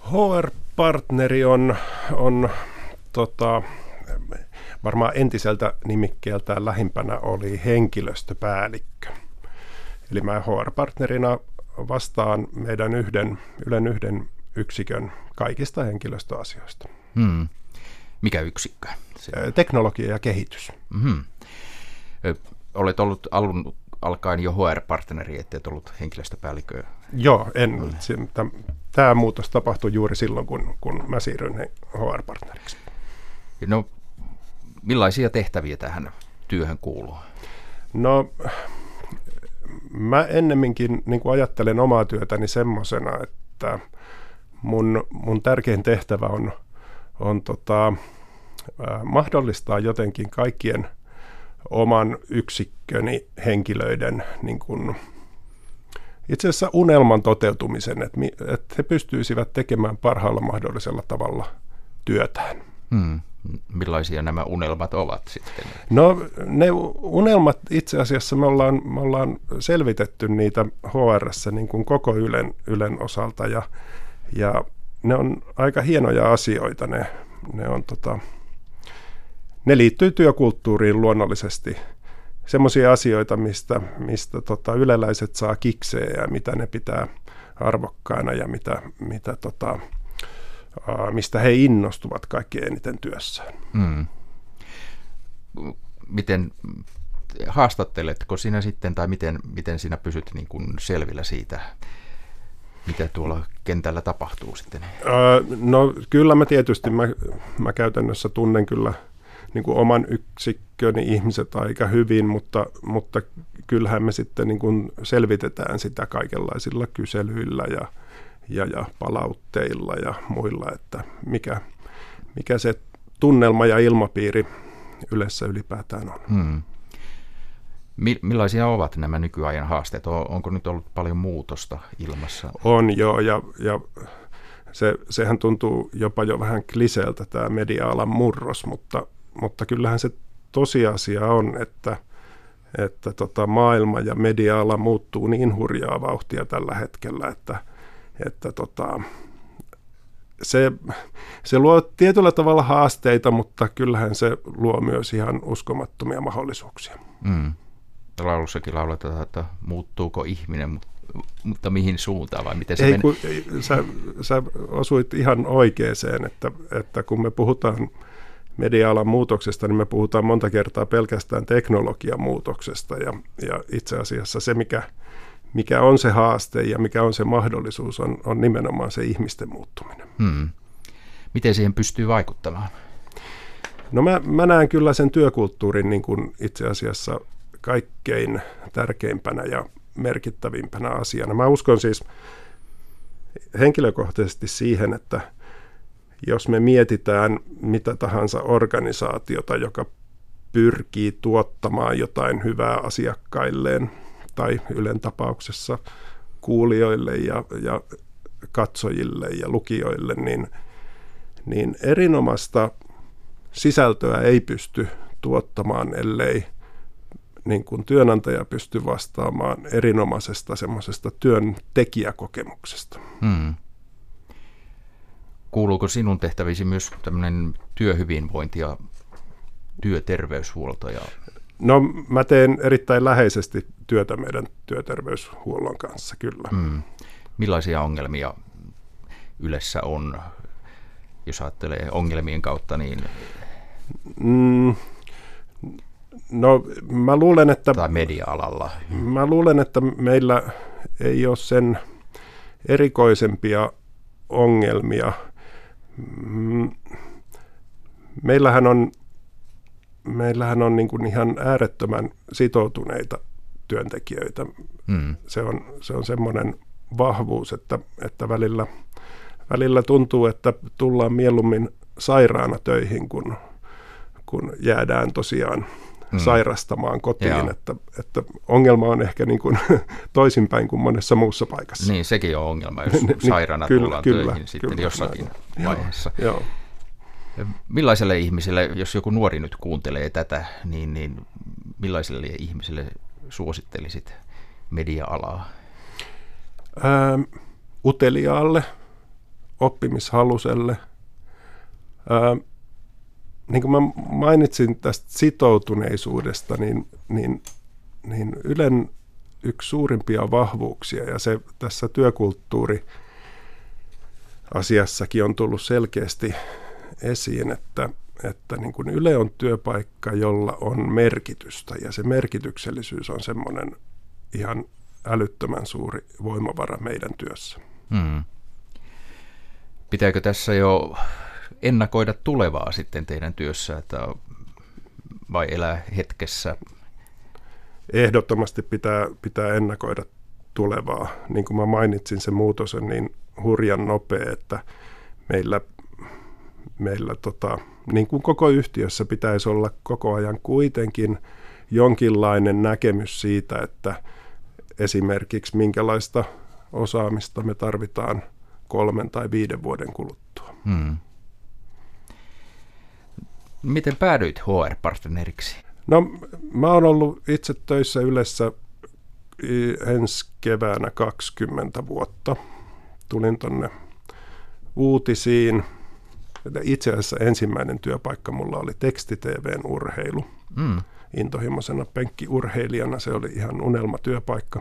HR-partneri on varmaan entiseltä nimikkeeltään lähimpänä oli henkilöstöpäällikkö. Eli mä HR-partnerina vastaan meidän Ylen yhden yksikön kaikista henkilöstöasioista. Mikä yksikkö? Teknologia ja kehitys. Mm-hmm. Olet ollut alun alkaen jo HR-partneri, ettei ollut henkilöstöpäällikkö. Joo, tämä muutos tapahtui juuri silloin, kun mä siirryin HR-partneriksi. No, millaisia tehtäviä tähän työhön kuuluu? No, mä ennemminkin niin kuin ajattelen omaa työtäni semmoisena, että mun tärkein tehtävä on mahdollistaa jotenkin kaikkien oman yksikköni henkilöiden niin kuin, itse asiassa unelman toteutumisen, että he pystyisivät tekemään parhaalla mahdollisella tavalla työtään. Millaisia nämä unelmat ovat sitten? No ne unelmat itse asiassa me ollaan selvitetty niitä HR:ssä niin kuin koko Ylen osalta ja ne on aika hienoja asioita. Ne liittyy työkulttuuriin luonnollisesti. Semmoisia asioita, mistä yleläiset saa kiksejä ja mitä ne pitää arvokkaana ja mistä he innostuvat kaikkein eniten työssään. Miten haastatteletko sinä sitten, tai miten sinä pysyt niin kuin selvillä siitä, mitä tuolla kentällä tapahtuu sitten? No kyllä mä tietysti, mä käytännössä tunnen kyllä niin kuin oman yksikköni ihmiset aika hyvin, mutta kyllähän me sitten niin kuin selvitetään sitä kaikenlaisilla kyselyillä ja palautteilla ja muilla, että mikä se tunnelma ja ilmapiiri Ylessä ylipäätään on. Millaisia ovat nämä nykyajan haasteet? Onko nyt ollut paljon muutosta ilmassa? On joo, ja sehän tuntuu jopa jo vähän kliseeltä tämä media-alan murros, mutta kyllähän se tosiasia on, että maailma ja media-ala muuttuu niin hurjaa vauhtia tällä hetkellä, että se luo tietyllä tavalla haasteita, mutta kyllähän se luo myös ihan uskomattomia mahdollisuuksia. Laulussakin lauletaan, että muuttuuko ihminen, mutta mihin suuntaan vai miten se menee? Kun sä osuit ihan oikeeseen, että kun me puhutaan media-alan muutoksesta, niin me puhutaan monta kertaa pelkästään teknologian muutoksesta ja itse asiassa se, mikä on se haaste ja mikä on se mahdollisuus, on nimenomaan se ihmisten muuttuminen. Miten siihen pystyy vaikuttamaan? No mä näen kyllä sen työkulttuurin niin kuin itse asiassa kaikkein tärkeimpänä ja merkittävimpänä asiana. Mä uskon siis henkilökohtaisesti siihen, että jos me mietitään mitä tahansa organisaatiota, joka pyrkii tuottamaan jotain hyvää asiakkailleen tai Ylen tapauksessa kuulijoille ja katsojille ja lukijoille, niin erinomaista sisältöä ei pysty tuottamaan, ellei niin kuin työnantaja pysty vastaamaan erinomaisesta semmoisesta työntekijäkokemuksesta. Kuuluuko sinun tehtävisi myös tämmöinen työhyvinvointi ja työterveyshuolto? No mä teen erittäin läheisesti työtä meidän työterveyshuollon kanssa, kyllä. Millaisia ongelmia Ylessä on, jos ajattelee ongelmien kautta? Niin no mä luulen, että tai media-alalla. Mä luulen, että meillä ei ole sen erikoisempia ongelmia. Meillähän on niin kuin ihan äärettömän sitoutuneita työntekijöitä. Se on semmoinen vahvuus, että välillä tuntuu, että tullaan mieluummin sairaana töihin, kun jäädään tosiaan sairastamaan kotiin, että ongelma on ehkä niin kuin toisinpäin kuin monessa muussa paikassa. Niin, sekin on ongelma, jos sairaana tullaan töihin sitten jossakin vaiheessa. Joo. Millaiselle ihmiselle, jos joku nuori nyt kuuntelee tätä, niin millaiselle ihmiselle suosittelisit media-alaa? Uteliaalle, oppimishaluselle. Niin kuin mä mainitsin tästä sitoutuneisuudesta, niin Ylen yksi suurimpia vahvuuksia, ja se tässä työkulttuuriasiassakin on tullut selkeästi esiin, että niin kuin Yle on työpaikka, jolla on merkitystä, ja se merkityksellisyys on semmoinen ihan älyttömän suuri voimavara meidän työssä. Pitääkö tässä jo ennakoida tulevaa sitten teidän työssä, vai elää hetkessä? Ehdottomasti pitää ennakoida tulevaa. Niin kuin mä mainitsin, se muutos on niin hurjan nopea, että meillä niin kuin koko yhtiössä pitäisi olla koko ajan kuitenkin jonkinlainen näkemys siitä, että esimerkiksi minkälaista osaamista me tarvitaan 3 tai 5 vuoden kuluttua. Miten päädyit HR-partneriksi? No, mä oon ollut itse töissä Ylessä ensi keväänä 20 vuotta. Tulin tonne uutisiin. Itse asiassa ensimmäinen työpaikka mulla oli teksti-TV:n urheilu. Intohimoisena penkkiurheilijana se oli ihan unelmatyöpaikka.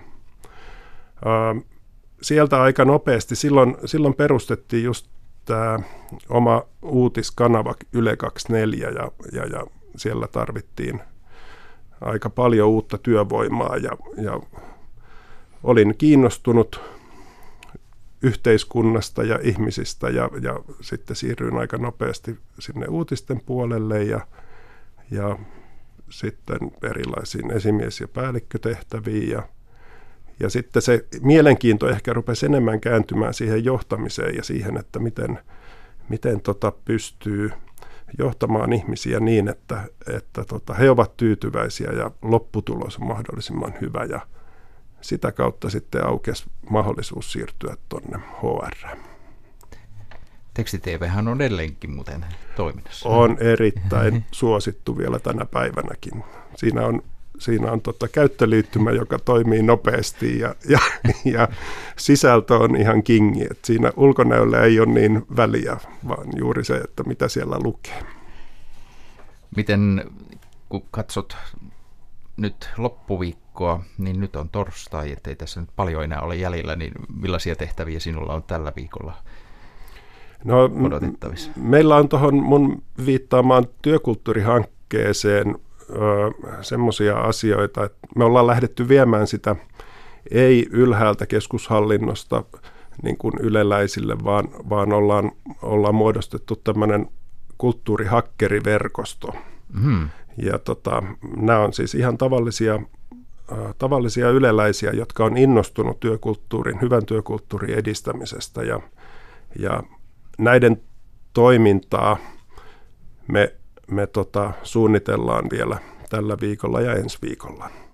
Sieltä aika nopeasti, silloin perustettiin just tämä oma uutiskanava Yle 24 ja siellä tarvittiin aika paljon uutta työvoimaa ja olin kiinnostunut yhteiskunnasta ja ihmisistä ja sitten siirryin aika nopeasti sinne uutisten puolelle ja sitten erilaisiin esimies- ja päällikkötehtäviin ja sitten se mielenkiinto ehkä rupesi enemmän kääntymään siihen johtamiseen ja siihen, että miten pystyy johtamaan ihmisiä niin, että he ovat tyytyväisiä ja lopputulos on mahdollisimman hyvä ja sitä kautta sitten aukesi mahdollisuus siirtyä tuonne HR. Teksti-TVhän on edelleenkin muuten toiminnassa. On erittäin suosittu vielä tänä päivänäkin. Siinä on käyttöliittymä, joka toimii nopeasti ja sisältö on ihan kingi. Et siinä ulkonäöllä ei ole niin väliä, vaan juuri se, että mitä siellä lukee. Miten, kun katsot nyt loppuviikkoa, niin nyt on torstai, ettei tässä nyt paljon enää ole jäljellä, niin millaisia tehtäviä sinulla on tällä viikolla odotettavissa? Meillä on tuohon mun viittaamaan työkulttuurihankkeeseen semmoisia asioita, että me ollaan lähdetty viemään sitä ei ylhäältä keskushallinnosta niin kuin yleläisille, vaan ollaan muodostettu tämmöinen kulttuurihakkeriverkosto. Ja nämä on siis ihan tavallisia yleläisiä, jotka on innostunut hyvän työkulttuurin edistämisestä ja näiden toimintaa me suunnitellaan vielä tällä viikolla ja ensi viikolla.